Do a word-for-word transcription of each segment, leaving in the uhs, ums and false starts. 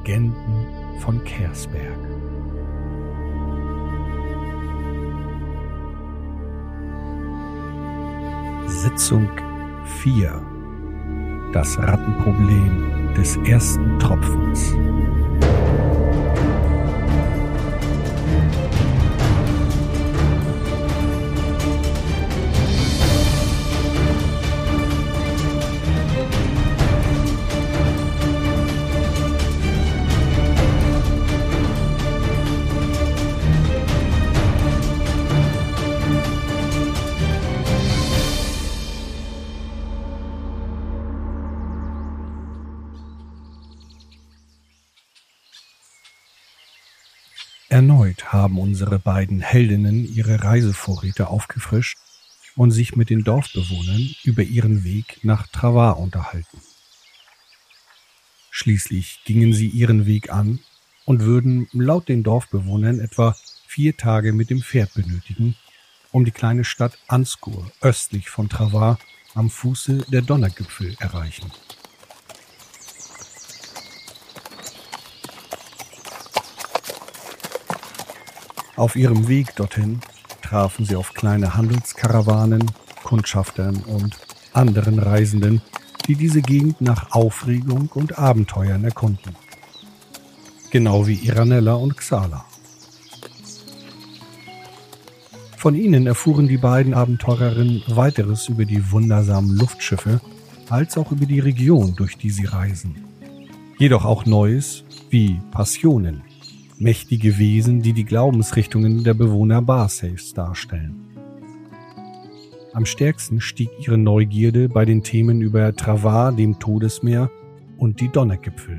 Legenden von Kersberg. Sitzung vier. Das Rattenproblem des ersten Tropfens. Erneut haben unsere beiden Heldinnen ihre Reisevorräte aufgefrischt und sich mit den Dorfbewohnern über ihren Weg nach Travar unterhalten. Schließlich gingen sie ihren Weg an und würden laut den Dorfbewohnern etwa vier Tage mit dem Pferd benötigen, um die kleine Stadt Anskur östlich von Travar am Fuße der Donnergipfel erreichen. Auf ihrem Weg dorthin trafen sie auf kleine Handelskarawanen, Kundschaftern und anderen Reisenden, die diese Gegend nach Aufregung und Abenteuern erkunden. Genau wie Iranella und Xala. Von ihnen erfuhren die beiden Abenteurerinnen weiteres über die wundersamen Luftschiffe, als auch über die Region, durch die sie reisen. Jedoch auch Neues wie Passionen. Mächtige Wesen, die die Glaubensrichtungen der Bewohner Barsaves darstellen. Am stärksten stieg ihre Neugierde bei den Themen über Travar, dem Todesmeer und die Donnergipfel.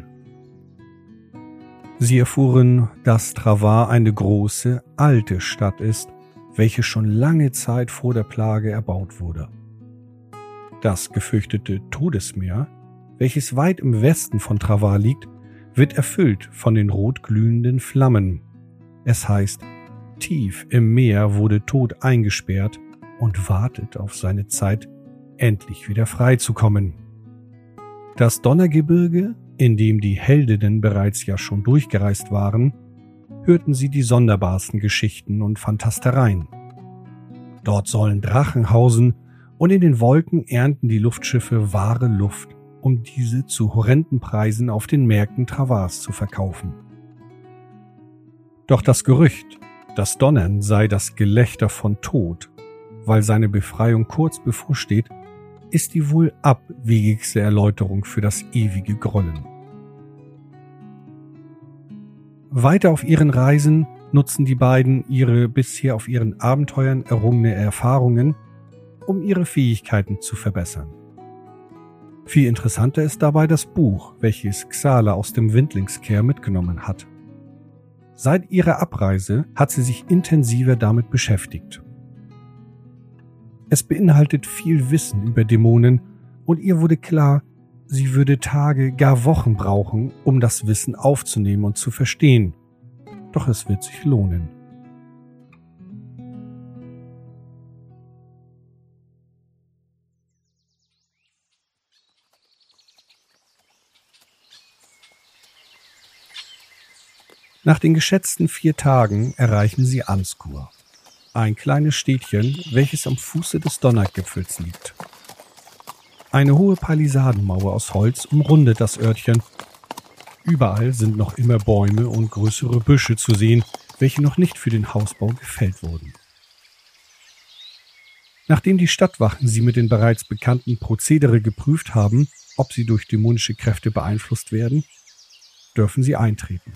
Sie erfuhren, dass Travar eine große, alte Stadt ist, welche schon lange Zeit vor der Plage erbaut wurde. Das gefürchtete Todesmeer, welches weit im Westen von Travar liegt, wird erfüllt von den rotglühenden Flammen. Es heißt, tief im Meer wurde Tod eingesperrt und wartet auf seine Zeit, endlich wieder freizukommen. Das Donnergebirge, in dem die Heldinnen bereits ja schon durchgereist waren, hörten sie die sonderbarsten Geschichten und Fantastereien. Dort sollen Drachen hausen und in den Wolken ernten die Luftschiffe wahre Luft, um diese zu horrenden Preisen auf den Märkten Travars zu verkaufen. Doch das Gerücht, das Donnern sei das Gelächter von Tod, weil seine Befreiung kurz bevorsteht, ist die wohl abwegigste Erläuterung für das ewige Grollen. Weiter auf ihren Reisen nutzen die beiden ihre bisher auf ihren Abenteuern errungene Erfahrungen, um ihre Fähigkeiten zu verbessern. Viel interessanter ist dabei das Buch, welches Xala aus dem Windlingskehr mitgenommen hat. Seit ihrer Abreise hat sie sich intensiver damit beschäftigt. Es beinhaltet viel Wissen über Dämonen und ihr wurde klar, sie würde Tage, gar Wochen brauchen, um das Wissen aufzunehmen und zu verstehen. Doch es wird sich lohnen. Nach den geschätzten vier Tagen erreichen sie Anskur, ein kleines Städtchen, welches am Fuße des Donnergipfels liegt. Eine hohe Palisadenmauer aus Holz umrundet das Örtchen. Überall sind noch immer Bäume und größere Büsche zu sehen, welche noch nicht für den Hausbau gefällt wurden. Nachdem die Stadtwachen sie mit den bereits bekannten Prozedere geprüft haben, ob sie durch dämonische Kräfte beeinflusst werden, dürfen sie eintreten.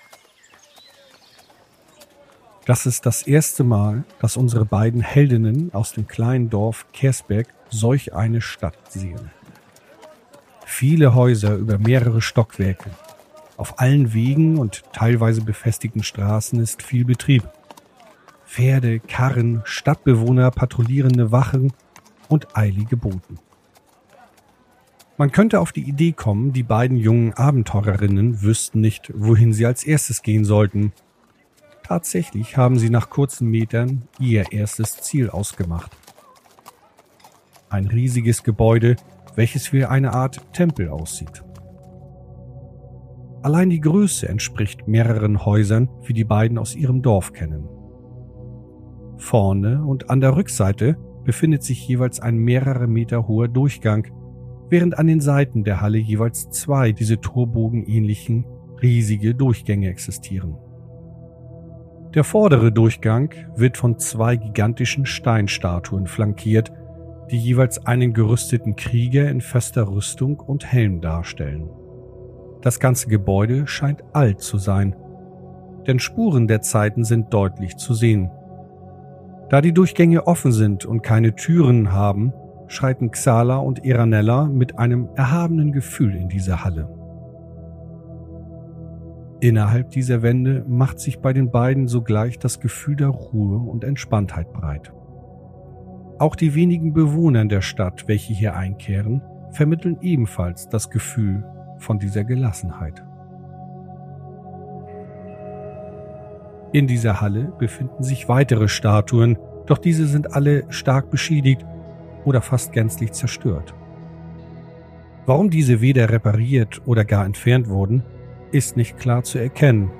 Das ist das erste Mal, dass unsere beiden Heldinnen aus dem kleinen Dorf Kersberg solch eine Stadt sehen. Viele Häuser über mehrere Stockwerke. Auf allen Wegen und teilweise befestigten Straßen ist viel Betrieb. Pferde, Karren, Stadtbewohner, patrouillierende Wachen und eilige Boten. Man könnte auf die Idee kommen, die beiden jungen Abenteurerinnen wüssten nicht, wohin sie als erstes gehen sollten. Tatsächlich haben sie nach kurzen Metern ihr erstes Ziel ausgemacht. Ein riesiges Gebäude, welches wie eine Art Tempel aussieht. Allein die Größe entspricht mehreren Häusern, wie die beiden aus ihrem Dorf kennen. Vorne und an der Rückseite befindet sich jeweils ein mehrere Meter hoher Durchgang, während an den Seiten der Halle jeweils zwei diese torbogenähnlichen, riesige Durchgänge existieren. Der vordere Durchgang wird von zwei gigantischen Steinstatuen flankiert, die jeweils einen gerüsteten Krieger in fester Rüstung und Helm darstellen. Das ganze Gebäude scheint alt zu sein, denn Spuren der Zeiten sind deutlich zu sehen. Da die Durchgänge offen sind und keine Türen haben, schreiten Xala und Iranella mit einem erhabenen Gefühl in diese Halle. Innerhalb dieser Wände macht sich bei den beiden sogleich das Gefühl der Ruhe und Entspanntheit breit. Auch die wenigen Bewohner der Stadt, welche hier einkehren, vermitteln ebenfalls das Gefühl von dieser Gelassenheit. In dieser Halle befinden sich weitere Statuen, doch diese sind alle stark beschädigt oder fast gänzlich zerstört. Warum diese weder repariert oder gar entfernt wurden, ist nicht klar zu erkennen.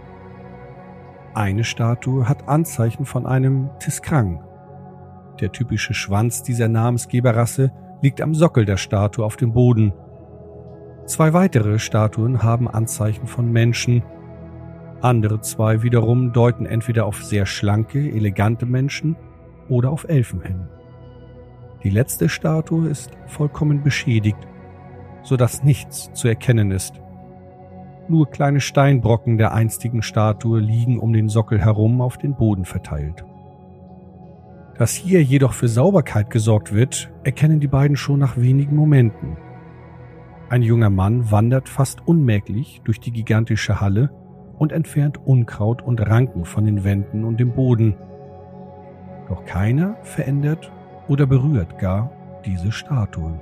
Eine Statue hat Anzeichen von einem Tiskrang. Der typische Schwanz dieser Namensgeberrasse liegt am Sockel der Statue auf dem Boden. Zwei weitere Statuen haben Anzeichen von Menschen. Andere zwei wiederum deuten entweder auf sehr schlanke, elegante Menschen oder auf Elfen hin. Die letzte Statue ist vollkommen beschädigt, sodass nichts zu erkennen ist. Nur kleine Steinbrocken der einstigen Statue liegen um den Sockel herum auf den Boden verteilt. Dass hier jedoch für Sauberkeit gesorgt wird, erkennen die beiden schon nach wenigen Momenten. Ein junger Mann wandert fast unmerklich durch die gigantische Halle und entfernt Unkraut und Ranken von den Wänden und dem Boden. Doch keiner verändert oder berührt gar diese Statuen.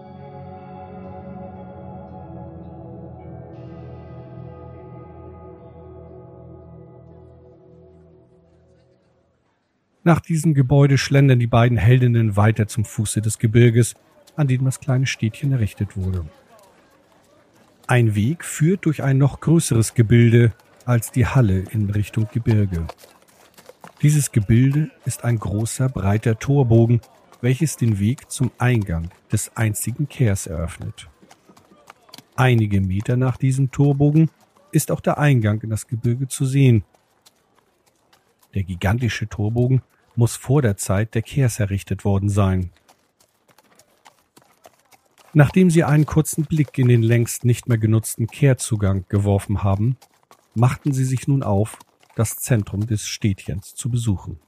Nach diesem Gebäude schlendern die beiden Heldinnen weiter zum Fuße des Gebirges, an dem das kleine Städtchen errichtet wurde. Ein Weg führt durch ein noch größeres Gebilde als die Halle in Richtung Gebirge. Dieses Gebilde ist ein großer, breiter Torbogen, welches den Weg zum Eingang des einzigen Kehrs eröffnet. Einige Meter nach diesem Torbogen ist auch der Eingang in das Gebirge zu sehen. Der gigantische Torbogen muss vor der Zeit der Kehrs errichtet worden sein. Nachdem sie einen kurzen Blick in den längst nicht mehr genutzten Kehrzugang geworfen haben, machten sie sich nun auf, das Zentrum des Städtchens zu besuchen.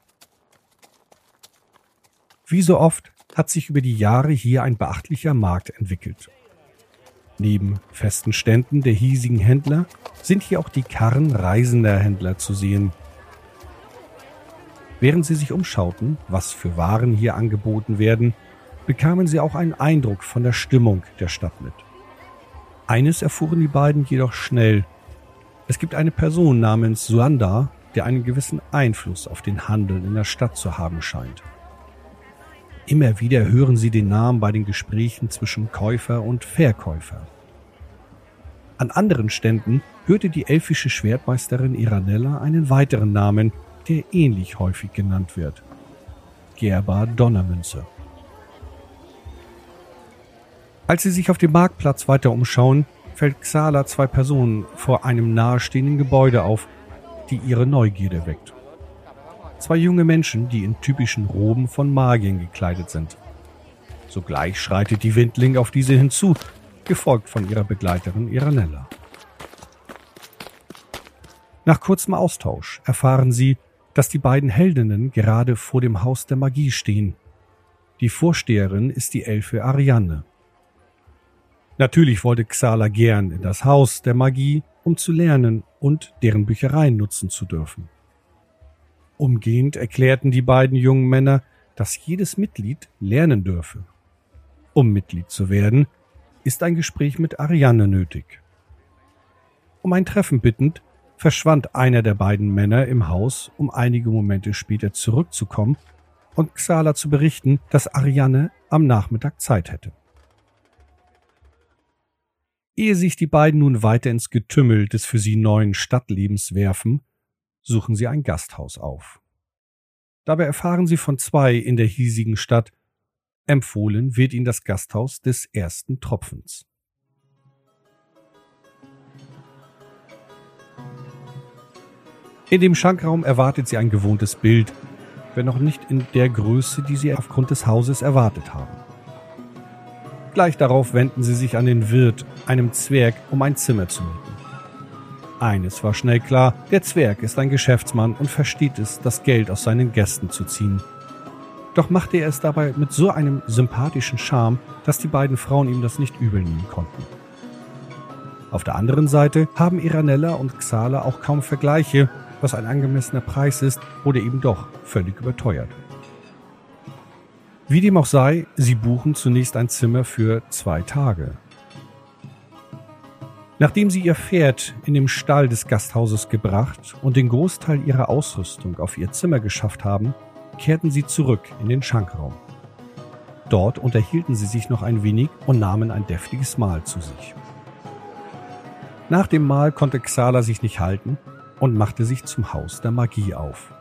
Wie so oft hat sich über die Jahre hier ein beachtlicher Markt entwickelt. Neben festen Ständen der hiesigen Händler sind hier auch die Karren reisender Händler zu sehen. Während sie sich umschauten, was für Waren hier angeboten werden, bekamen sie auch einen Eindruck von der Stimmung der Stadt mit. Eines erfuhren die beiden jedoch schnell. Es gibt eine Person namens Suanda, der einen gewissen Einfluss auf den Handel in der Stadt zu haben scheint. Immer wieder hören sie den Namen bei den Gesprächen zwischen Käufer und Verkäufer. An anderen Ständen hörte die elfische Schwertmeisterin Iranella einen weiteren Namen, der ähnlich häufig genannt wird: Gerber Donnermünze. Als sie sich auf dem Marktplatz weiter umschauen, fällt Xala zwei Personen vor einem nahestehenden Gebäude auf, die ihre Neugierde weckt. Zwei junge Menschen, die in typischen Roben von Magiern gekleidet sind. Sogleich schreitet die Windling auf diese hinzu, gefolgt von ihrer Begleiterin Iranella. Nach kurzem Austausch erfahren sie, dass die beiden Heldinnen gerade vor dem Haus der Magie stehen. Die Vorsteherin ist die Elfe Ariane. Natürlich wollte Xala gern in das Haus der Magie, um zu lernen und deren Büchereien nutzen zu dürfen. Umgehend erklärten die beiden jungen Männer, dass jedes Mitglied lernen dürfe. Um Mitglied zu werden, ist ein Gespräch mit Ariane nötig. Um ein Treffen bittend, verschwand einer der beiden Männer im Haus, um einige Momente später zurückzukommen und Xala zu berichten, dass Ariane am Nachmittag Zeit hätte. Ehe sich die beiden nun weiter ins Getümmel des für sie neuen Stadtlebens werfen, suchen sie ein Gasthaus auf. Dabei erfahren sie von zwei in der hiesigen Stadt. Empfohlen wird ihnen das Gasthaus des ersten Tropfens. In dem Schankraum erwartet sie ein gewohntes Bild, wenn auch nicht in der Größe, die sie aufgrund des Hauses erwartet haben. Gleich darauf wenden sie sich an den Wirt, einem Zwerg, um ein Zimmer zu mieten. Eines war schnell klar: Der Zwerg ist ein Geschäftsmann und versteht es, das Geld aus seinen Gästen zu ziehen. Doch machte er es dabei mit so einem sympathischen Charme, dass die beiden Frauen ihm das nicht übel nehmen konnten. Auf der anderen Seite haben Iranella und Xala auch kaum Vergleiche, was ein angemessener Preis ist oder eben doch völlig überteuert. Wie dem auch sei, sie buchen zunächst ein Zimmer für zwei Tage. Nachdem sie ihr Pferd in dem Stall des Gasthauses gebracht und den Großteil ihrer Ausrüstung auf ihr Zimmer geschafft haben, kehrten sie zurück in den Schankraum. Dort unterhielten sie sich noch ein wenig und nahmen ein deftiges Mahl zu sich. Nach dem Mahl konnte Xala sich nicht halten und machte sich zum Haus der Magie auf.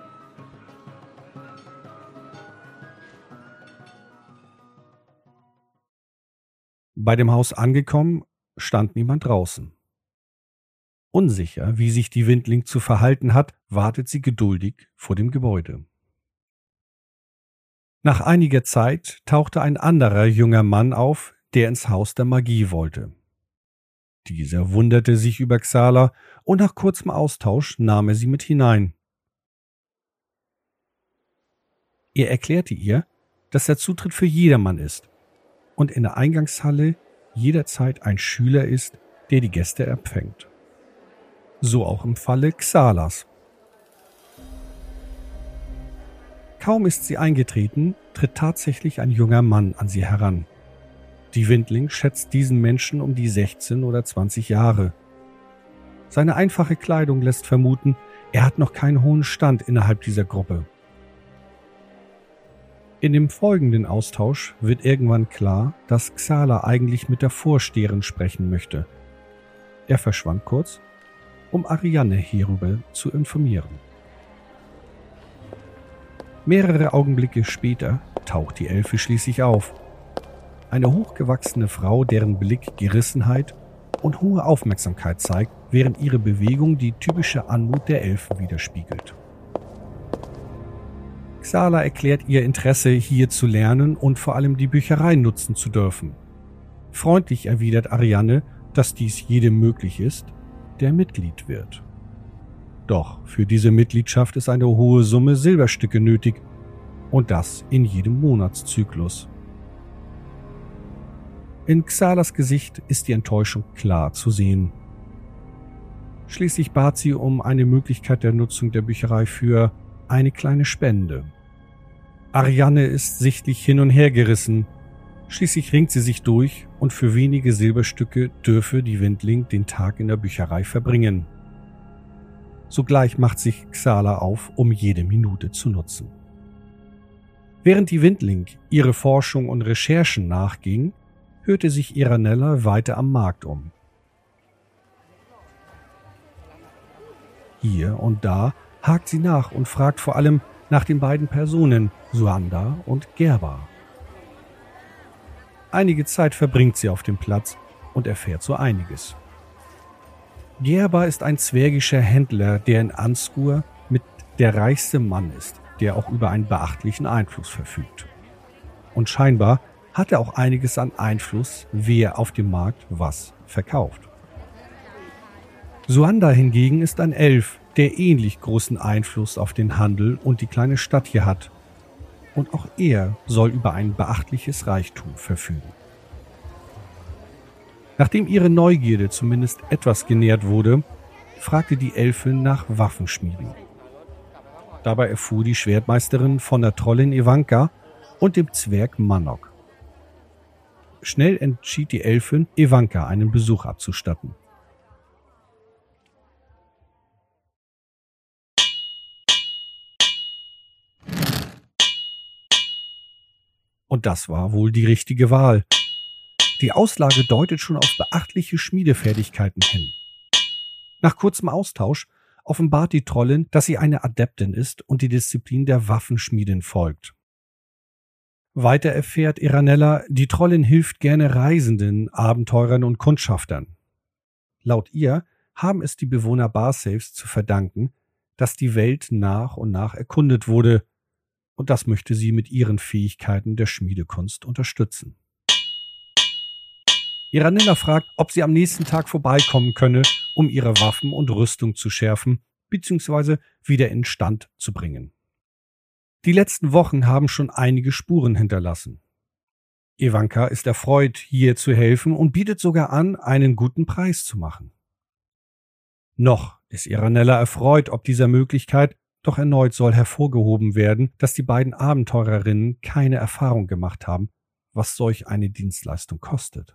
Bei dem Haus angekommen, stand niemand draußen. Unsicher, wie sich die Windling zu verhalten hat, wartet sie geduldig vor dem Gebäude. Nach einiger Zeit tauchte ein anderer junger Mann auf, der ins Haus der Magie wollte. Dieser wunderte sich über Xala und nach kurzem Austausch nahm er sie mit hinein. Er erklärte ihr, dass der Zutritt für jedermann ist und in der Eingangshalle jederzeit ein Schüler ist, der die Gäste empfängt. So auch im Falle Xalas. Kaum ist sie eingetreten, tritt tatsächlich ein junger Mann an sie heran. Die Windling schätzt diesen Menschen um die sechzehn oder zwanzig Jahre. Seine einfache Kleidung lässt vermuten, er hat noch keinen hohen Stand innerhalb dieser Gruppe. In dem folgenden Austausch wird irgendwann klar, dass Xala eigentlich mit der Vorsteherin sprechen möchte. Er verschwand kurz, um Ariane hierüber zu informieren. Mehrere Augenblicke später taucht die Elfe schließlich auf. Eine hochgewachsene Frau, deren Blick Gerissenheit und hohe Aufmerksamkeit zeigt, während ihre Bewegung die typische Anmut der Elfen widerspiegelt. Xala erklärt ihr Interesse, hier zu lernen und vor allem die Bücherei nutzen zu dürfen. Freundlich erwidert Ariane, dass dies jedem möglich ist, der Mitglied wird. Doch für diese Mitgliedschaft ist eine hohe Summe Silberstücke nötig und das in jedem Monatszyklus. In Xalas Gesicht ist die Enttäuschung klar zu sehen. Schließlich bat sie um eine Möglichkeit der Nutzung der Bücherei für eine kleine Spende. Ariane ist sichtlich hin und her gerissen. Schließlich ringt sie sich durch und für wenige Silberstücke dürfe die Windling den Tag in der Bücherei verbringen. Sogleich macht sich Xala auf, um jede Minute zu nutzen. Während die Windling ihre Forschung und Recherchen nachging, hörte sich Iranella weiter am Markt um. Hier und da hakt sie nach und fragt vor allem nach den beiden Personen, Suanda und Gerba. Einige Zeit verbringt sie auf dem Platz und erfährt so einiges. Gerba ist ein zwergischer Händler, der in Anskur mit der reichste Mann ist, der auch über einen beachtlichen Einfluss verfügt. Und scheinbar hat er auch einiges an Einfluss, wer auf dem Markt was verkauft. Suanda hingegen ist ein Elf, der ähnlich großen Einfluss auf den Handel und die kleine Stadt hier hat. Und auch er soll über ein beachtliches Reichtum verfügen. Nachdem ihre Neugierde zumindest etwas genährt wurde, fragte die Elfin nach Waffenschmieden. Dabei erfuhr die Schwertmeisterin von der Trollin Ivanka und dem Zwerg Manok. Schnell entschied die Elfin, Ivanka einen Besuch abzustatten. Und das war wohl die richtige Wahl. Die Auslage deutet schon auf beachtliche Schmiedefertigkeiten hin. Nach kurzem Austausch offenbart die Trollin, dass sie eine Adeptin ist und die Disziplin der Waffenschmiedin folgt. Weiter erfährt Iranella, die Trollin hilft gerne Reisenden, Abenteurern und Kundschaftern. Laut ihr haben es die Bewohner Barsafes zu verdanken, dass die Welt nach und nach erkundet wurde, und das möchte sie mit ihren Fähigkeiten der Schmiedekunst unterstützen. Iranella fragt, ob sie am nächsten Tag vorbeikommen könne, um ihre Waffen und Rüstung zu schärfen bzw. wieder in Stand zu bringen. Die letzten Wochen haben schon einige Spuren hinterlassen. Ivanka ist erfreut, hier zu helfen und bietet sogar an, einen guten Preis zu machen. Noch ist Iranella erfreut ob dieser Möglichkeit, doch erneut soll hervorgehoben werden, dass die beiden Abenteurerinnen keine Erfahrung gemacht haben, was solch eine Dienstleistung kostet.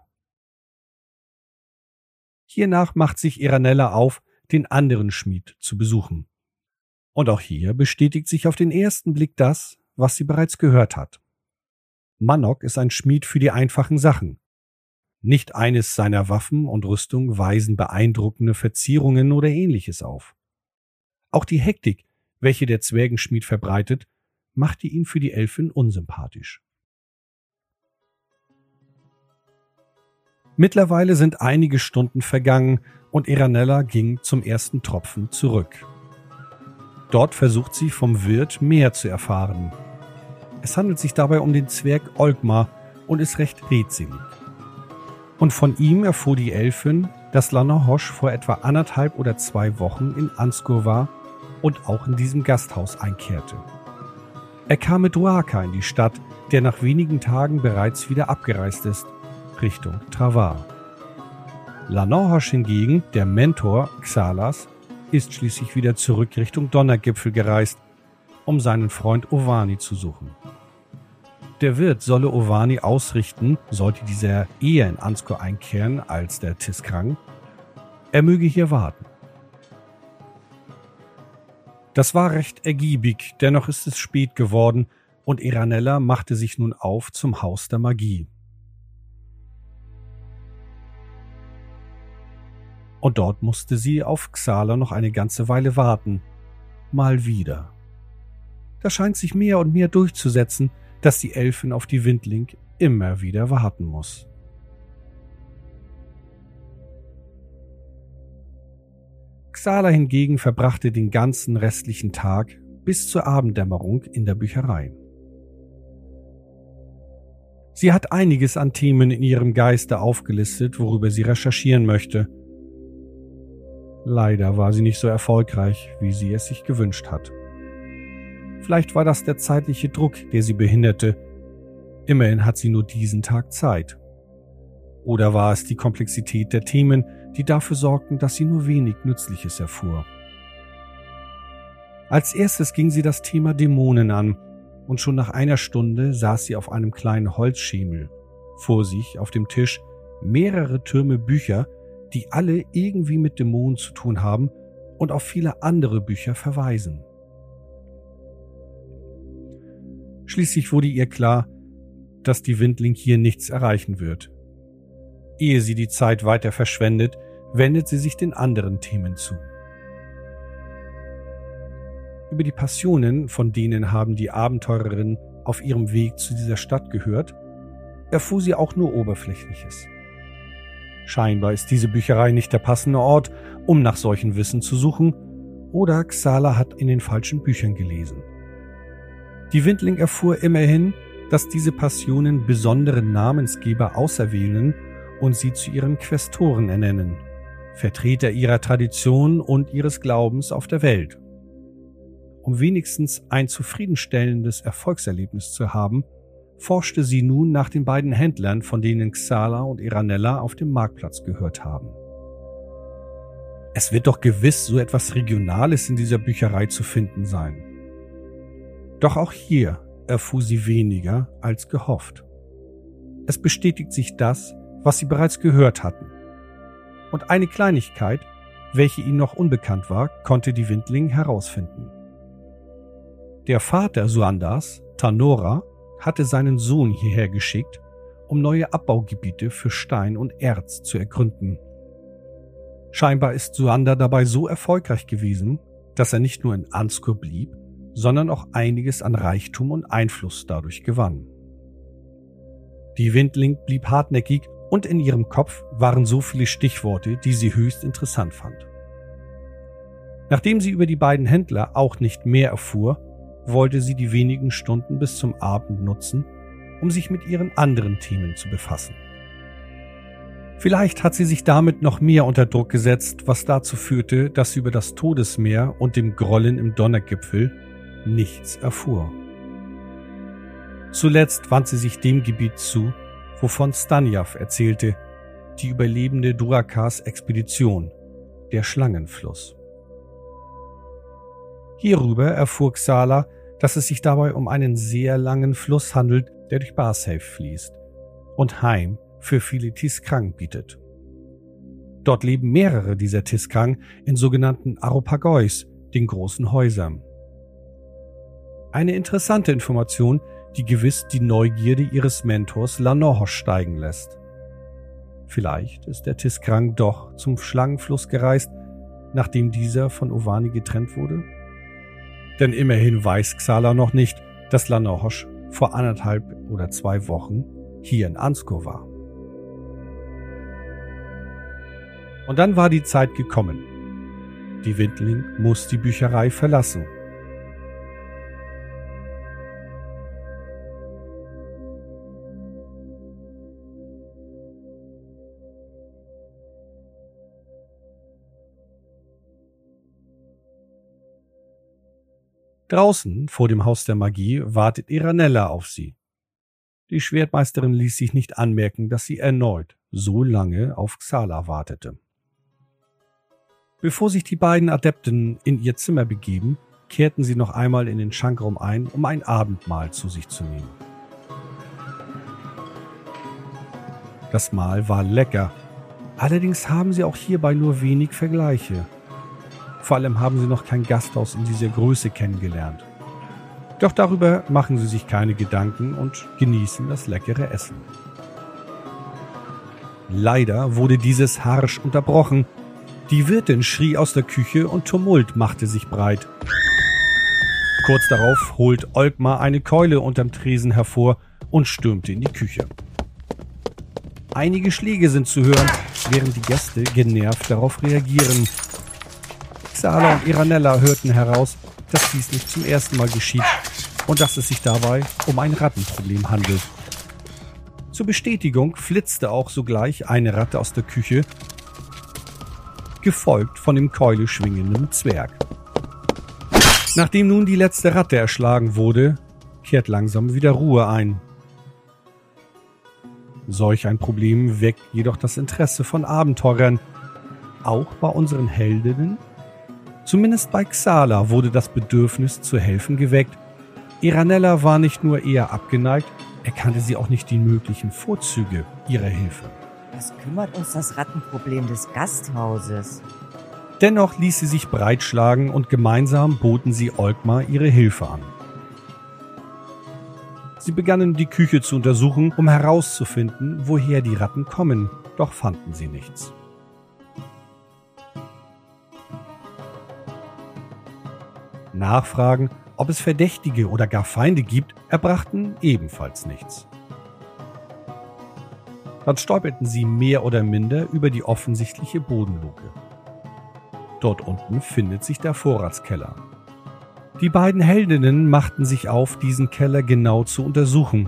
Hiernach macht sich Iranella auf, den anderen Schmied zu besuchen. Und auch hier bestätigt sich auf den ersten Blick das, was sie bereits gehört hat. Manok ist ein Schmied für die einfachen Sachen. Nicht eines seiner Waffen und Rüstung weisen beeindruckende Verzierungen oder Ähnliches auf. Auch die Hektik, welche der Zwergenschmied verbreitet, machte ihn für die Elfin unsympathisch. Mittlerweile sind einige Stunden vergangen und Iranella ging zum ersten Tropfen zurück. Dort versucht sie vom Wirt mehr zu erfahren. Es handelt sich dabei um den Zwerg Olgmar und ist recht redselig. Und von ihm erfuhr die Elfin, dass Lanahosh vor etwa anderthalb oder zwei Wochen in Anskur war und auch in diesem Gasthaus einkehrte. Er kam mit Duaka in die Stadt, der nach wenigen Tagen bereits wieder abgereist ist, Richtung Travar. Lanahosh hingegen, der Mentor Xalas, ist schließlich wieder zurück Richtung Donnergipfel gereist, um seinen Freund Ovani zu suchen. Der Wirt solle Ovani ausrichten, sollte dieser eher in Anskur einkehren als der Tiskrang. Er möge hier warten. Das war recht ergiebig, dennoch ist es spät geworden und Iranella machte sich nun auf zum Haus der Magie. Und dort musste sie auf Xala noch eine ganze Weile warten. Mal wieder. Da scheint sich mehr und mehr durchzusetzen, dass die Elfin auf die Windling immer wieder warten muss. Xala hingegen verbrachte den ganzen restlichen Tag bis zur Abenddämmerung in der Bücherei. Sie hat einiges an Themen in ihrem Geiste aufgelistet, worüber sie recherchieren möchte. Leider war sie nicht so erfolgreich, wie sie es sich gewünscht hat. Vielleicht war das der zeitliche Druck, der sie behinderte. Immerhin hat sie nur diesen Tag Zeit. Oder war es die Komplexität der Themen, die dafür sorgten, dass sie nur wenig Nützliches erfuhr? Als erstes ging sie das Thema Dämonen an und schon nach einer Stunde saß sie auf einem kleinen Holzschemel. Vor sich auf dem Tisch mehrere Türme Bücher, die alle irgendwie mit Dämonen zu tun haben und auf viele andere Bücher verweisen. Schließlich wurde ihr klar, dass die Windling hier nichts erreichen wird. Ehe sie die Zeit weiter verschwendet, wendet sie sich den anderen Themen zu. Über die Passionen, von denen haben die Abenteurerinnen auf ihrem Weg zu dieser Stadt gehört, erfuhr sie auch nur Oberflächliches. Scheinbar ist diese Bücherei nicht der passende Ort, um nach solchen Wissen zu suchen, oder Xala hat in den falschen Büchern gelesen. Die Windling erfuhr immerhin, dass diese Passionen besondere Namensgeber auserwählen und sie zu ihren Quästoren ernennen, Vertreter ihrer Tradition und ihres Glaubens auf der Welt. Um wenigstens ein zufriedenstellendes Erfolgserlebnis zu haben, forschte sie nun nach den beiden Händlern, von denen Xala und Iranella auf dem Marktplatz gehört haben. Es wird doch gewiss so etwas Regionales in dieser Bücherei zu finden sein. Doch auch hier erfuhr sie weniger als gehofft. Es bestätigt sich das, was sie bereits gehört hatten. Und eine Kleinigkeit, welche ihnen noch unbekannt war, konnte die Windling herausfinden. Der Vater Suandas, Tanora, hatte seinen Sohn hierher geschickt, um neue Abbaugebiete für Stein und Erz zu ergründen. Scheinbar ist Suander dabei so erfolgreich gewesen, dass er nicht nur in Anskur blieb, sondern auch einiges an Reichtum und Einfluss dadurch gewann. Die Windling blieb hartnäckig und in ihrem Kopf waren so viele Stichworte, die sie höchst interessant fand. Nachdem sie über die beiden Händler auch nicht mehr erfuhr, wollte sie die wenigen Stunden bis zum Abend nutzen, um sich mit ihren anderen Themen zu befassen. Vielleicht hat sie sich damit noch mehr unter Druck gesetzt, was dazu führte, dass sie über das Todesmeer und dem Grollen im Donnergipfel nichts erfuhr. Zuletzt wandte sie sich dem Gebiet zu, wovon Stanjav erzählte, die überlebende Durakas Expedition, der Schlangenfluss. Hierüber erfuhr Xala, dass es sich dabei um einen sehr langen Fluss handelt, der durch Barsafe fließt und Heim für viele Tiskrang bietet. Dort leben mehrere dieser Tiskrang in sogenannten Aropagois, den großen Häusern. Eine interessante Information, die gewiss die Neugierde ihres Mentors Lanohosh steigen lässt. Vielleicht ist der Tiskrang doch zum Schlangenfluss gereist, nachdem dieser von Ovani getrennt wurde? Denn immerhin weiß Xala noch nicht, dass Lanohosh vor anderthalb oder zwei Wochen hier in Anskur war. Und dann war die Zeit gekommen. Die Windling muss die Bücherei verlassen. Draußen, vor dem Haus der Magie, wartet Iranella auf sie. Die Schwertmeisterin ließ sich nicht anmerken, dass sie erneut so lange auf Xala wartete. Bevor sich die beiden Adepten in ihr Zimmer begeben, kehrten sie noch einmal in den Schankraum ein, um ein Abendmahl zu sich zu nehmen. Das Mahl war lecker, allerdings haben sie auch hierbei nur wenig Vergleiche. Vor allem haben sie noch kein Gasthaus in dieser Größe kennengelernt. Doch darüber machen sie sich keine Gedanken und genießen das leckere Essen. Leider wurde dieses harsch unterbrochen. Die Wirtin schrie aus der Küche und Tumult machte sich breit. Kurz darauf holt Olkmar eine Keule unterm Tresen hervor und stürmte in die Küche. Einige Schläge sind zu hören, während die Gäste genervt darauf reagieren. Xala und Iranella hörten heraus, dass dies nicht zum ersten Mal geschieht und dass es sich dabei um ein Rattenproblem handelt. Zur Bestätigung flitzte auch sogleich eine Ratte aus der Küche, gefolgt von dem Keule schwingenden Zwerg. Nachdem nun die letzte Ratte erschlagen wurde, kehrt langsam wieder Ruhe ein. Solch ein Problem weckt jedoch das Interesse von Abenteurern, auch bei unseren Heldinnen. Zumindest bei Xala wurde das Bedürfnis zu helfen geweckt. Iranella war nicht nur eher abgeneigt, erkannte sie auch nicht die möglichen Vorzüge ihrer Hilfe. Was kümmert uns das Rattenproblem des Gasthauses? Dennoch ließ sie sich breitschlagen und gemeinsam boten sie Olkmar ihre Hilfe an. Sie begannen die Küche zu untersuchen, um herauszufinden, woher die Ratten kommen, doch fanden sie nichts. Nachfragen, ob es Verdächtige oder gar Feinde gibt, erbrachten ebenfalls nichts. Dann stolperten sie mehr oder minder über die offensichtliche Bodenluke. Dort unten findet sich der Vorratskeller. Die beiden Heldinnen machten sich auf, diesen Keller genau zu untersuchen.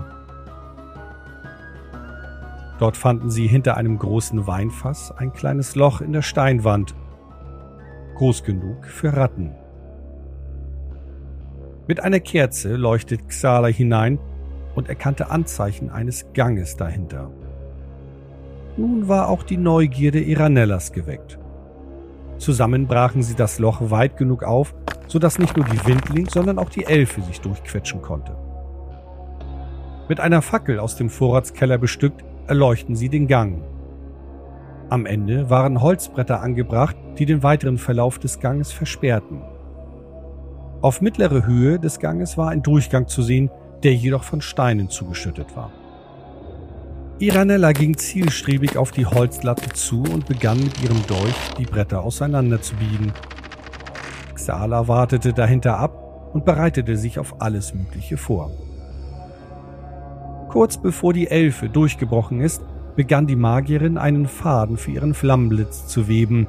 Dort fanden sie hinter einem großen Weinfass ein kleines Loch in der Steinwand, groß genug für Ratten. Mit einer Kerze leuchtet Xala hinein und erkannte Anzeichen eines Ganges dahinter. Nun war auch die Neugierde Iranellas geweckt. Zusammen brachen sie das Loch weit genug auf, sodass nicht nur die Windling, sondern auch die Elfe sich durchquetschen konnte. Mit einer Fackel aus dem Vorratskeller bestückt, erleuchten sie den Gang. Am Ende waren Holzbretter angebracht, die den weiteren Verlauf des Ganges versperrten. Auf mittlerer Höhe des Ganges war ein Durchgang zu sehen, der jedoch von Steinen zugeschüttet war. Iranella ging zielstrebig auf die Holzlatte zu und begann mit ihrem Dolch die Bretter auseinanderzubiegen. Xala wartete dahinter ab und bereitete sich auf alles Mögliche vor. Kurz bevor die Elfe durchgebrochen ist, begann die Magierin einen Faden für ihren Flammenblitz zu weben.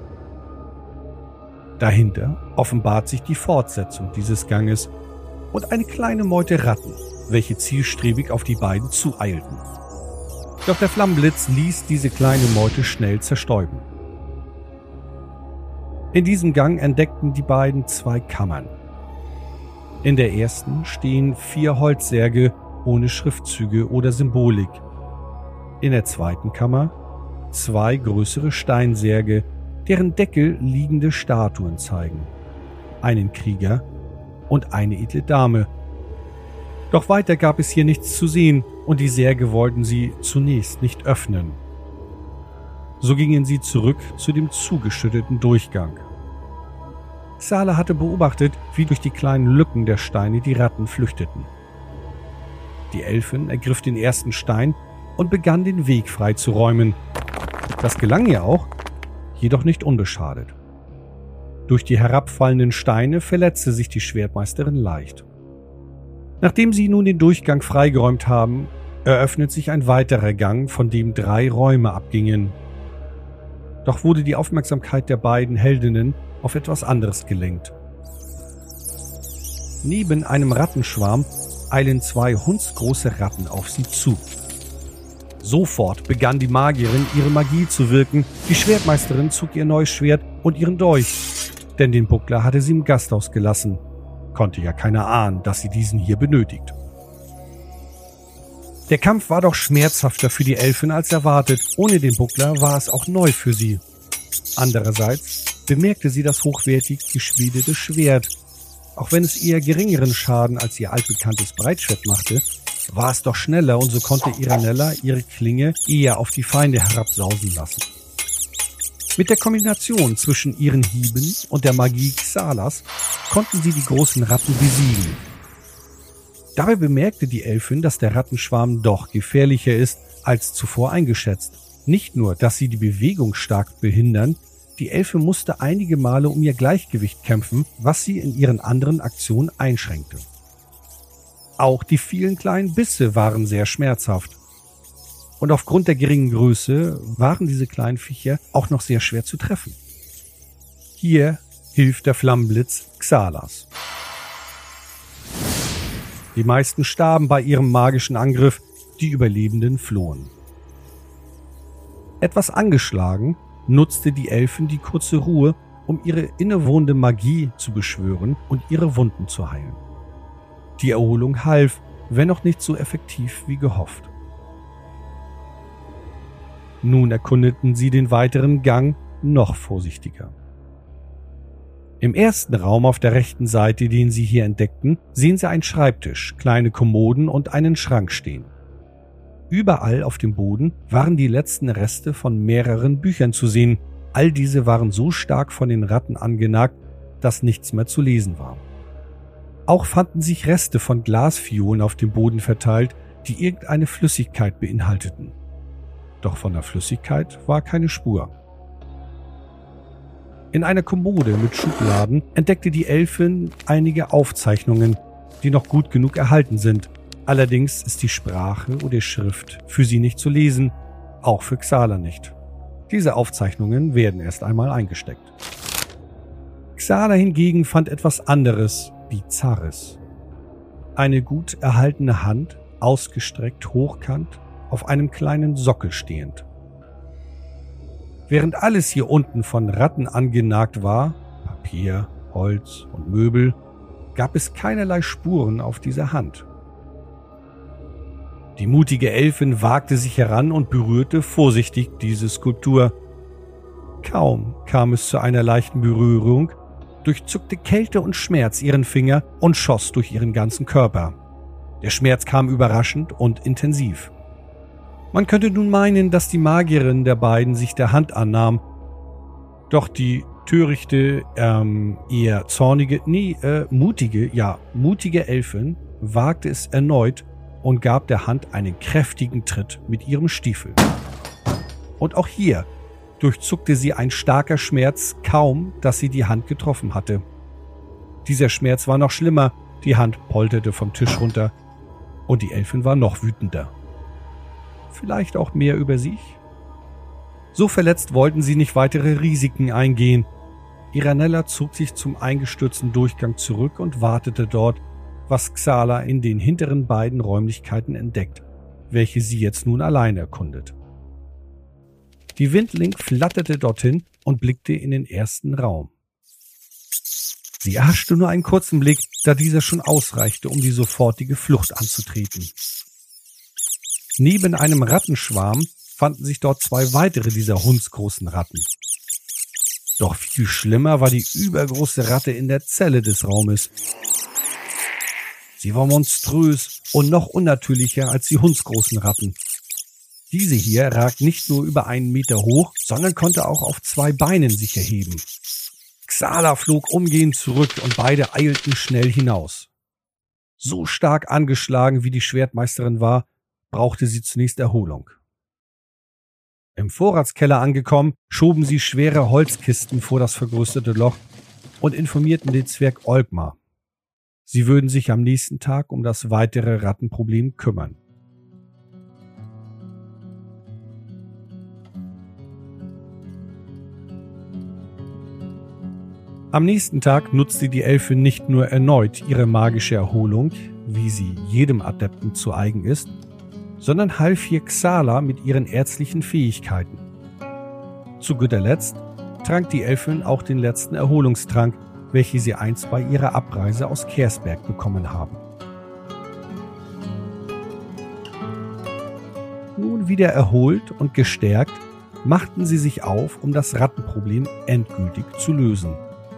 Dahinter offenbart sich die Fortsetzung dieses Ganges und eine kleine Meute Ratten, welche zielstrebig auf die beiden zueilten. Doch der Flammenblitz ließ diese kleine Meute schnell zerstäuben. In diesem Gang entdeckten die beiden zwei Kammern. In der ersten stehen vier Holzsärge ohne Schriftzüge oder Symbolik. In der zweiten Kammer zwei größere Steinsärge, deren Deckel liegende Statuen zeigen. Einen Krieger und eine edle Dame. Doch weiter gab es hier nichts zu sehen und die Särge wollten sie zunächst nicht öffnen. So gingen sie zurück zu dem zugeschütteten Durchgang. Xala hatte beobachtet, wie durch die kleinen Lücken der Steine die Ratten flüchteten. Die Elfin ergriff den ersten Stein und begann den Weg freizuräumen. Das gelang ihr auch, jedoch nicht unbeschadet. Durch die herabfallenden Steine verletzte sich die Schwertmeisterin leicht. Nachdem sie nun den Durchgang freigeräumt haben, eröffnet sich ein weiterer Gang, von dem drei Räume abgingen. Doch wurde die Aufmerksamkeit der beiden Heldinnen auf etwas anderes gelenkt. Neben einem Rattenschwarm eilen zwei hundsgroße Ratten auf sie zu. Sofort begann die Magierin, ihre Magie zu wirken. Die Schwertmeisterin zog ihr neues Schwert und ihren Dolch, denn den Buckler hatte sie im Gasthaus gelassen. Konnte ja keiner ahnen, dass sie diesen hier benötigt. Der Kampf war doch schmerzhafter für die Elfin als erwartet. Ohne den Buckler war es auch neu für sie. Andererseits bemerkte sie das hochwertig geschmiedete Schwert. Auch wenn es eher geringeren Schaden als ihr altbekanntes Breitschwert machte, war es doch schneller und so konnte Iranella ihre Klinge eher auf die Feinde herabsausen lassen. Mit der Kombination zwischen ihren Hieben und der Magie Xalas konnten sie die großen Ratten besiegen. Dabei bemerkte die Elfin, dass der Rattenschwarm doch gefährlicher ist als zuvor eingeschätzt. Nicht nur, dass sie die Bewegung stark behindern, die Elfe musste einige Male um ihr Gleichgewicht kämpfen, was sie in ihren anderen Aktionen einschränkte. Auch die vielen kleinen Bisse waren sehr schmerzhaft. Und aufgrund der geringen Größe waren diese kleinen Viecher auch noch sehr schwer zu treffen. Hier hilft der Flammenblitz Xalas. Die meisten starben bei ihrem magischen Angriff, die Überlebenden flohen. Etwas angeschlagen nutzte die Elfin die kurze Ruhe, um ihre innewohnende Magie zu beschwören und ihre Wunden zu heilen. Die Erholung half, wenn auch nicht so effektiv wie gehofft. Nun erkundeten sie den weiteren Gang noch vorsichtiger. Im ersten Raum auf der rechten Seite, den sie hier entdeckten, sehen sie einen Schreibtisch, kleine Kommoden und einen Schrank stehen. Überall auf dem Boden waren die letzten Reste von mehreren Büchern zu sehen. All diese waren so stark von den Ratten angenagt, dass nichts mehr zu lesen war. Auch fanden sich Reste von Glasfiolen auf dem Boden verteilt, die irgendeine Flüssigkeit beinhalteten. Doch von der Flüssigkeit war keine Spur. In einer Kommode mit Schubladen entdeckte die Elfin einige Aufzeichnungen, die noch gut genug erhalten sind. Allerdings ist die Sprache oder Schrift für sie nicht zu lesen, auch für Xala nicht. Diese Aufzeichnungen werden erst einmal eingesteckt. Xala hingegen fand etwas anderes, Bizarres. Eine gut erhaltene Hand, ausgestreckt hochkant, auf einem kleinen Sockel stehend. Während alles hier unten von Ratten angenagt war, Papier, Holz und Möbel, gab es keinerlei Spuren auf dieser Hand. Die mutige Elfin wagte sich heran und berührte vorsichtig diese Skulptur. Kaum kam es zu einer leichten Berührung, durchzuckte Kälte und Schmerz ihren Finger und schoss durch ihren ganzen Körper. Der Schmerz kam überraschend und intensiv. Man könnte nun meinen, dass die Magierin der beiden sich der Hand annahm. Doch die törichte, ähm, eher zornige, nee, äh, mutige, ja, mutige Elfin wagte es erneut und gab der Hand einen kräftigen Tritt mit ihrem Stiefel. Und auch hier durchzuckte sie ein starker Schmerz, kaum dass sie die Hand getroffen hatte. Dieser Schmerz war noch schlimmer, die Hand polterte vom Tisch runter und die Elfin war noch wütender. Vielleicht auch mehr über sich? So verletzt wollten sie nicht weitere Risiken eingehen. Iranella zog sich zum eingestürzten Durchgang zurück und wartete dort, was Xala in den hinteren beiden Räumlichkeiten entdeckt, welche sie jetzt nun allein erkundet. Die Windling flatterte dorthin und blickte in den ersten Raum. Sie erhaschte nur einen kurzen Blick, da dieser schon ausreichte, um die sofortige Flucht anzutreten. Neben einem Rattenschwarm fanden sich dort zwei weitere dieser hundsgroßen Ratten. Doch viel schlimmer war die übergroße Ratte in der Zelle des Raumes. Sie war monströs und noch unnatürlicher als die hundsgroßen Ratten. Diese hier ragt nicht nur über einen Meter hoch, sondern konnte auch auf zwei Beinen sich erheben. Xala flog umgehend zurück und beide eilten schnell hinaus. So stark angeschlagen wie die Schwertmeisterin war, brauchte sie zunächst Erholung. Im Vorratskeller angekommen, schoben sie schwere Holzkisten vor das vergrößerte Loch und informierten den Zwerg Olgmar. Sie würden sich am nächsten Tag um das weitere Rattenproblem kümmern. Am nächsten Tag nutzte die Elfin nicht nur erneut ihre magische Erholung, wie sie jedem Adepten zu eigen ist, sondern half hier Xala mit ihren ärztlichen Fähigkeiten. Zu guter Letzt trank die Elfin auch den letzten Erholungstrank, welche sie einst bei ihrer Abreise aus Kersberg bekommen haben. Nun wieder erholt und gestärkt, machten sie sich auf, um das Rattenproblem endgültig zu lösen.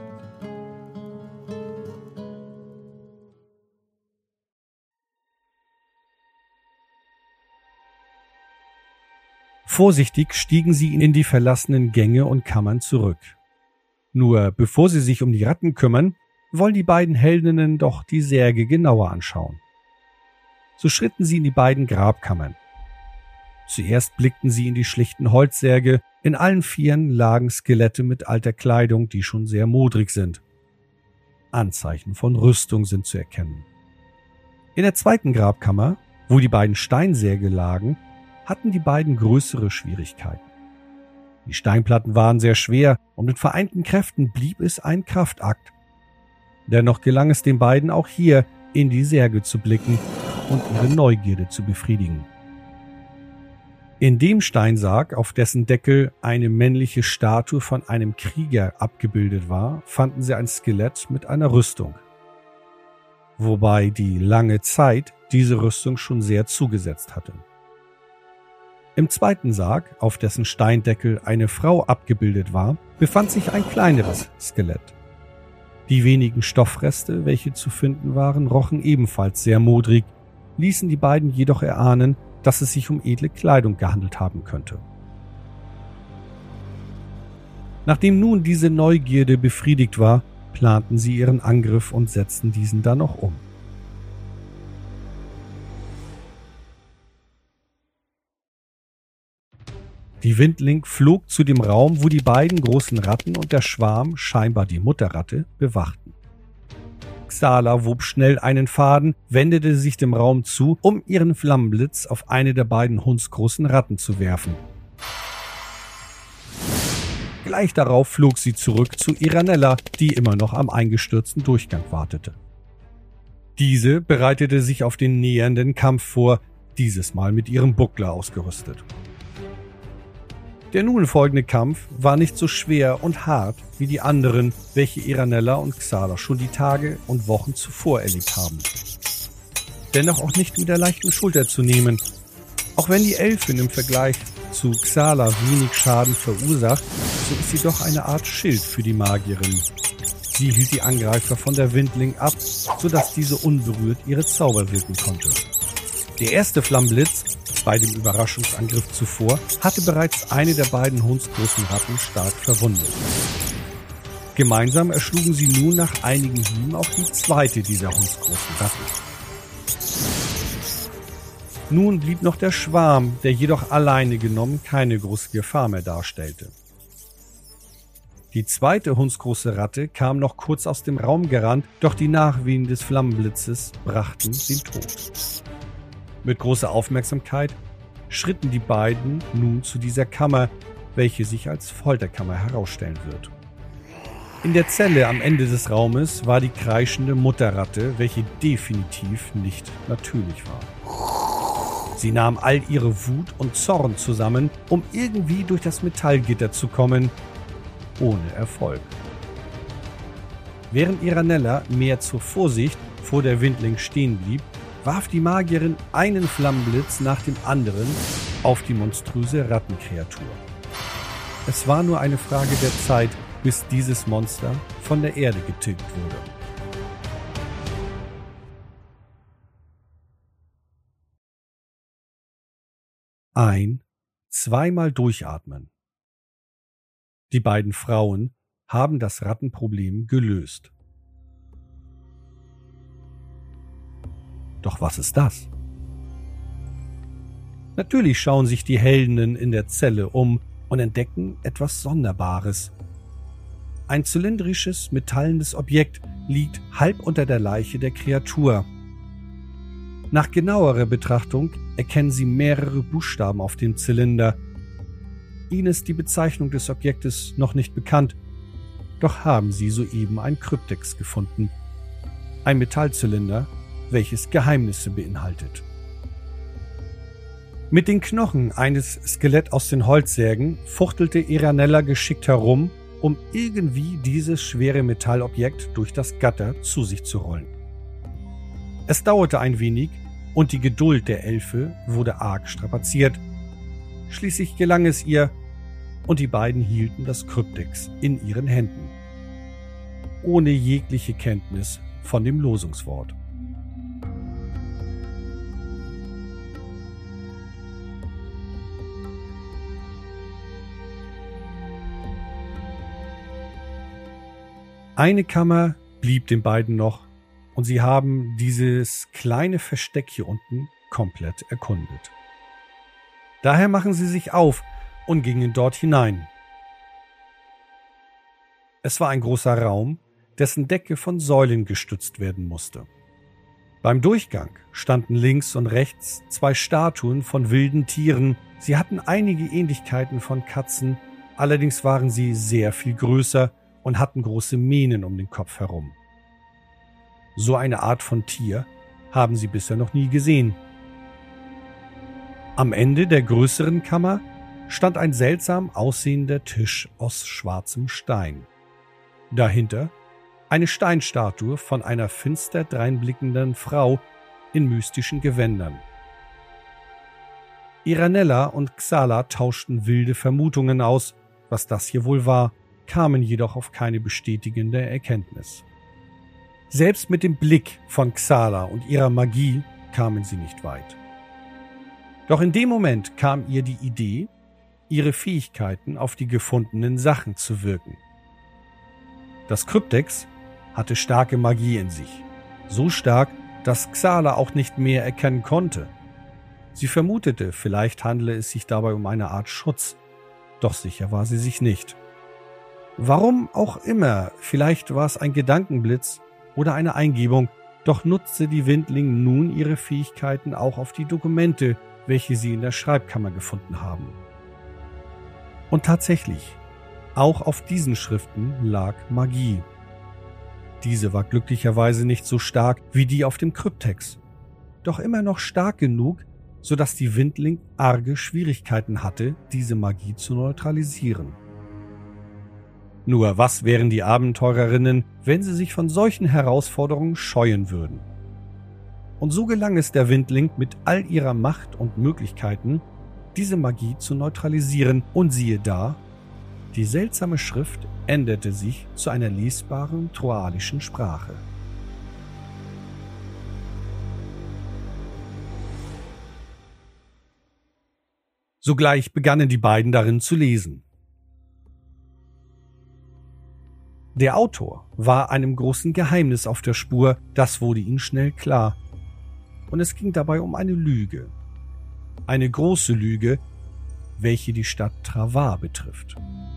Vorsichtig stiegen sie in die verlassenen Gänge und Kammern zurück. Nur bevor sie sich um die Ratten kümmern, wollen die beiden Heldinnen doch die Särge genauer anschauen. So schritten sie in die beiden Grabkammern. Zuerst blickten sie in die schlichten Holzsärge, in allen Vieren lagen Skelette mit alter Kleidung, die schon sehr modrig sind. Anzeichen von Rüstung sind zu erkennen. In der zweiten Grabkammer, wo die beiden Steinsärge lagen, hatten die beiden größere Schwierigkeiten. Die Steinplatten waren sehr schwer und mit vereinten Kräften blieb es ein Kraftakt. Dennoch gelang es den beiden auch hier in die Särge zu blicken und ihre Neugierde zu befriedigen. In dem Steinsarg, auf dessen Deckel eine männliche Statue von einem Krieger abgebildet war, fanden sie ein Skelett mit einer Rüstung. Wobei die lange Zeit diese Rüstung schon sehr zugesetzt hatte. Im zweiten Sarg, auf dessen Steindeckel eine Frau abgebildet war, befand sich ein kleineres Skelett. Die wenigen Stoffreste, welche zu finden waren, rochen ebenfalls sehr modrig, ließen die beiden jedoch erahnen, dass es sich um edle Kleidung gehandelt haben könnte. Nachdem nun diese Neugierde befriedigt war, planten sie ihren Angriff und setzten diesen dann noch um. Die Windling flog zu dem Raum, wo die beiden großen Ratten und der Schwarm, scheinbar die Mutterratte, bewachten. Xala wob schnell einen Faden, wendete sich dem Raum zu, um ihren Flammenblitz auf eine der beiden hundsgroßen Ratten zu werfen. Gleich darauf flog sie zurück zu Iranella, die immer noch am eingestürzten Durchgang wartete. Diese bereitete sich auf den nähernden Kampf vor, dieses Mal mit ihrem Buckler ausgerüstet. Der nun folgende Kampf war nicht so schwer und hart wie die anderen, welche Iranella und Xala schon die Tage und Wochen zuvor erlebt haben. Dennoch auch nicht mit der leichten Schulter zu nehmen. Auch wenn die Elfin im Vergleich zu Xala wenig Schaden verursacht, so ist sie doch eine Art Schild für die Magierin. Sie hielt die Angreifer von der Windling ab, sodass diese unberührt ihre Zauber wirken konnte. Der erste Flammenblitz bei dem Überraschungsangriff zuvor hatte bereits eine der beiden hundsgroßen Ratten stark verwundet. Gemeinsam erschlugen sie nun nach einigen Hieben auch die zweite dieser hundsgroßen Ratten. Nun blieb noch der Schwarm, der jedoch alleine genommen keine große Gefahr mehr darstellte. Die zweite hundsgroße Ratte kam noch kurz aus dem Raum gerannt, doch die Nachwehen des Flammenblitzes brachten den Tod. Mit großer Aufmerksamkeit schritten die beiden nun zu dieser Kammer, welche sich als Folterkammer herausstellen wird. In der Zelle am Ende des Raumes war die kreischende Mutterratte, welche definitiv nicht natürlich war. Sie nahm all ihre Wut und Zorn zusammen, um irgendwie durch das Metallgitter zu kommen, ohne Erfolg. Während Iranella mehr zur Vorsicht vor der Windling stehen blieb, warf die Magierin einen Flammenblitz nach dem anderen auf die monströse Rattenkreatur. Es war nur eine Frage der Zeit, bis dieses Monster von der Erde getilgt wurde. Ein-, zweimal durchatmen. Die beiden Frauen haben das Rattenproblem gelöst. Doch was ist das? Natürlich schauen sich die Heldinnen in der Zelle um und entdecken etwas Sonderbares. Ein zylindrisches, metallenes Objekt liegt halb unter der Leiche der Kreatur. Nach genauerer Betrachtung erkennen sie mehrere Buchstaben auf dem Zylinder. Ihnen ist die Bezeichnung des Objektes noch nicht bekannt, doch haben sie soeben ein Kryptex gefunden. Ein Metallzylinder, welches Geheimnisse beinhaltet. Mit den Knochen eines Skeletts aus den Holzsärgen fuchtelte Iranella geschickt herum, um irgendwie dieses schwere Metallobjekt durch das Gatter zu sich zu rollen. Es dauerte ein wenig und die Geduld der Elfe wurde arg strapaziert. Schließlich gelang es ihr und die beiden hielten das Kryptex in ihren Händen, ohne jegliche Kenntnis von dem Losungswort. Eine Kammer blieb den beiden noch und sie haben dieses kleine Versteck hier unten komplett erkundet. Daher machen sie sich auf und gingen dort hinein. Es war ein großer Raum, dessen Decke von Säulen gestützt werden musste. Beim Durchgang standen links und rechts zwei Statuen von wilden Tieren. Sie hatten einige Ähnlichkeiten von Katzen, allerdings waren sie sehr viel größer und hatten große Mähnen um den Kopf herum. So eine Art von Tier haben sie bisher noch nie gesehen. Am Ende der größeren Kammer stand ein seltsam aussehender Tisch aus schwarzem Stein. Dahinter eine Steinstatue von einer finster dreinblickenden Frau in mystischen Gewändern. Iranella und Xala tauschten wilde Vermutungen aus, was das hier wohl war, kamen jedoch auf keine bestätigende Erkenntnis. Selbst mit dem Blick von Xala und ihrer Magie kamen sie nicht weit. Doch in dem Moment kam ihr die Idee, ihre Fähigkeiten auf die gefundenen Sachen zu wirken. Das Kryptex hatte starke Magie in sich, so stark, dass Xala auch nicht mehr erkennen konnte. Sie vermutete, vielleicht handle es sich dabei um eine Art Schutz, doch sicher war sie sich nicht. Warum auch immer, vielleicht war es ein Gedankenblitz oder eine Eingebung, doch nutzte die Windling nun ihre Fähigkeiten auch auf die Dokumente, welche sie in der Schreibkammer gefunden haben. Und tatsächlich, auch auf diesen Schriften lag Magie. Diese war glücklicherweise nicht so stark wie die auf dem Kryptex, doch immer noch stark genug, sodass die Windling arge Schwierigkeiten hatte, diese Magie zu neutralisieren. Nur was wären die Abenteurerinnen, wenn sie sich von solchen Herausforderungen scheuen würden? Und so gelang es der Windling mit all ihrer Macht und Möglichkeiten, diese Magie zu neutralisieren, und siehe da, die seltsame Schrift änderte sich zu einer lesbaren troadischen Sprache. Sogleich begannen die beiden darin zu lesen. Der Autor war einem großen Geheimnis auf der Spur, das wurde ihnen schnell klar. Und es ging dabei um eine Lüge. Eine große Lüge, welche die Stadt Travar betrifft.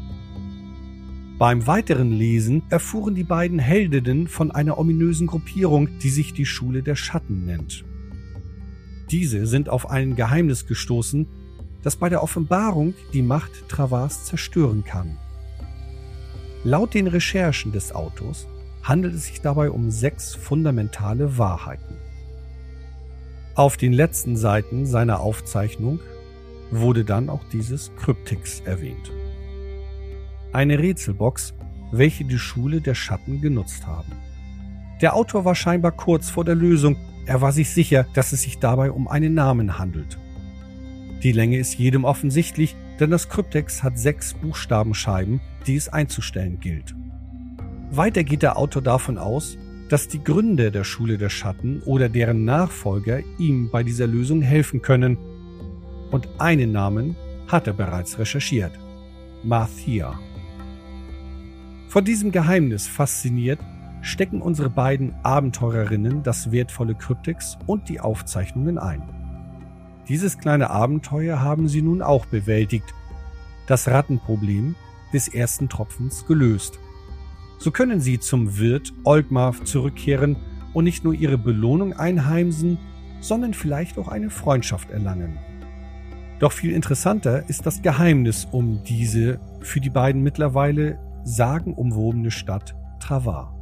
Beim weiteren Lesen erfuhren die beiden Heldinnen von einer ominösen Gruppierung, die sich die Schule der Schatten nennt. Diese sind auf ein Geheimnis gestoßen, das bei der Offenbarung die Macht Travars zerstören kann. Laut den Recherchen des Autors handelt es sich dabei um sechs fundamentale Wahrheiten. Auf den letzten Seiten seiner Aufzeichnung wurde dann auch dieses Kryptix erwähnt. Eine Rätselbox, welche die Schule der Schatten genutzt haben. Der Autor war scheinbar kurz vor der Lösung. Er war sich sicher, dass es sich dabei um einen Namen handelt. Die Länge ist jedem offensichtlich, denn das Kryptex hat sechs Buchstabenscheiben, die es einzustellen gilt. Weiter geht der Autor davon aus, dass die Gründer der Schule der Schatten oder deren Nachfolger ihm bei dieser Lösung helfen können. Und einen Namen hat er bereits recherchiert: Marthia. Von diesem Geheimnis fasziniert, stecken unsere beiden Abenteurerinnen das wertvolle Kryptix und die Aufzeichnungen ein. Dieses kleine Abenteuer haben sie nun auch bewältigt, das Rattenproblem des ersten Tropfens gelöst. So können sie zum Wirt Olgmar zurückkehren und nicht nur ihre Belohnung einheimsen, sondern vielleicht auch eine Freundschaft erlangen. Doch viel interessanter ist das Geheimnis um diese für die beiden mittlerweile sagenumwobene Stadt Travar.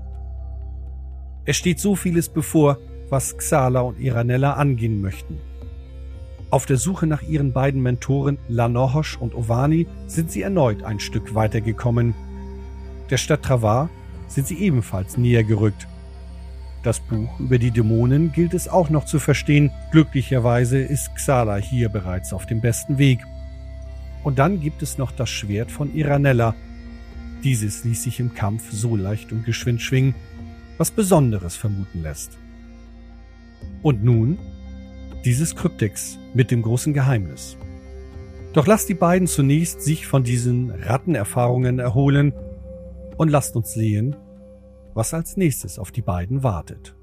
Es steht so vieles bevor, was Xala und Iranella angehen möchten. Auf der Suche nach ihren beiden Mentoren Lanohosh und Ovani sind sie erneut ein Stück weitergekommen. Der Stadt Travar sind sie ebenfalls näher gerückt. Das Buch über die Dämonen gilt es auch noch zu verstehen. Glücklicherweise ist Xala hier bereits auf dem besten Weg. Und dann gibt es noch das Schwert von Iranella. Dieses ließ sich im Kampf so leicht und geschwind schwingen, was Besonderes vermuten lässt. Und nun dieses Kryptix mit dem großen Geheimnis. Doch lasst die beiden zunächst sich von diesen Rattenerfahrungen erholen und lasst uns sehen, was als nächstes auf die beiden wartet.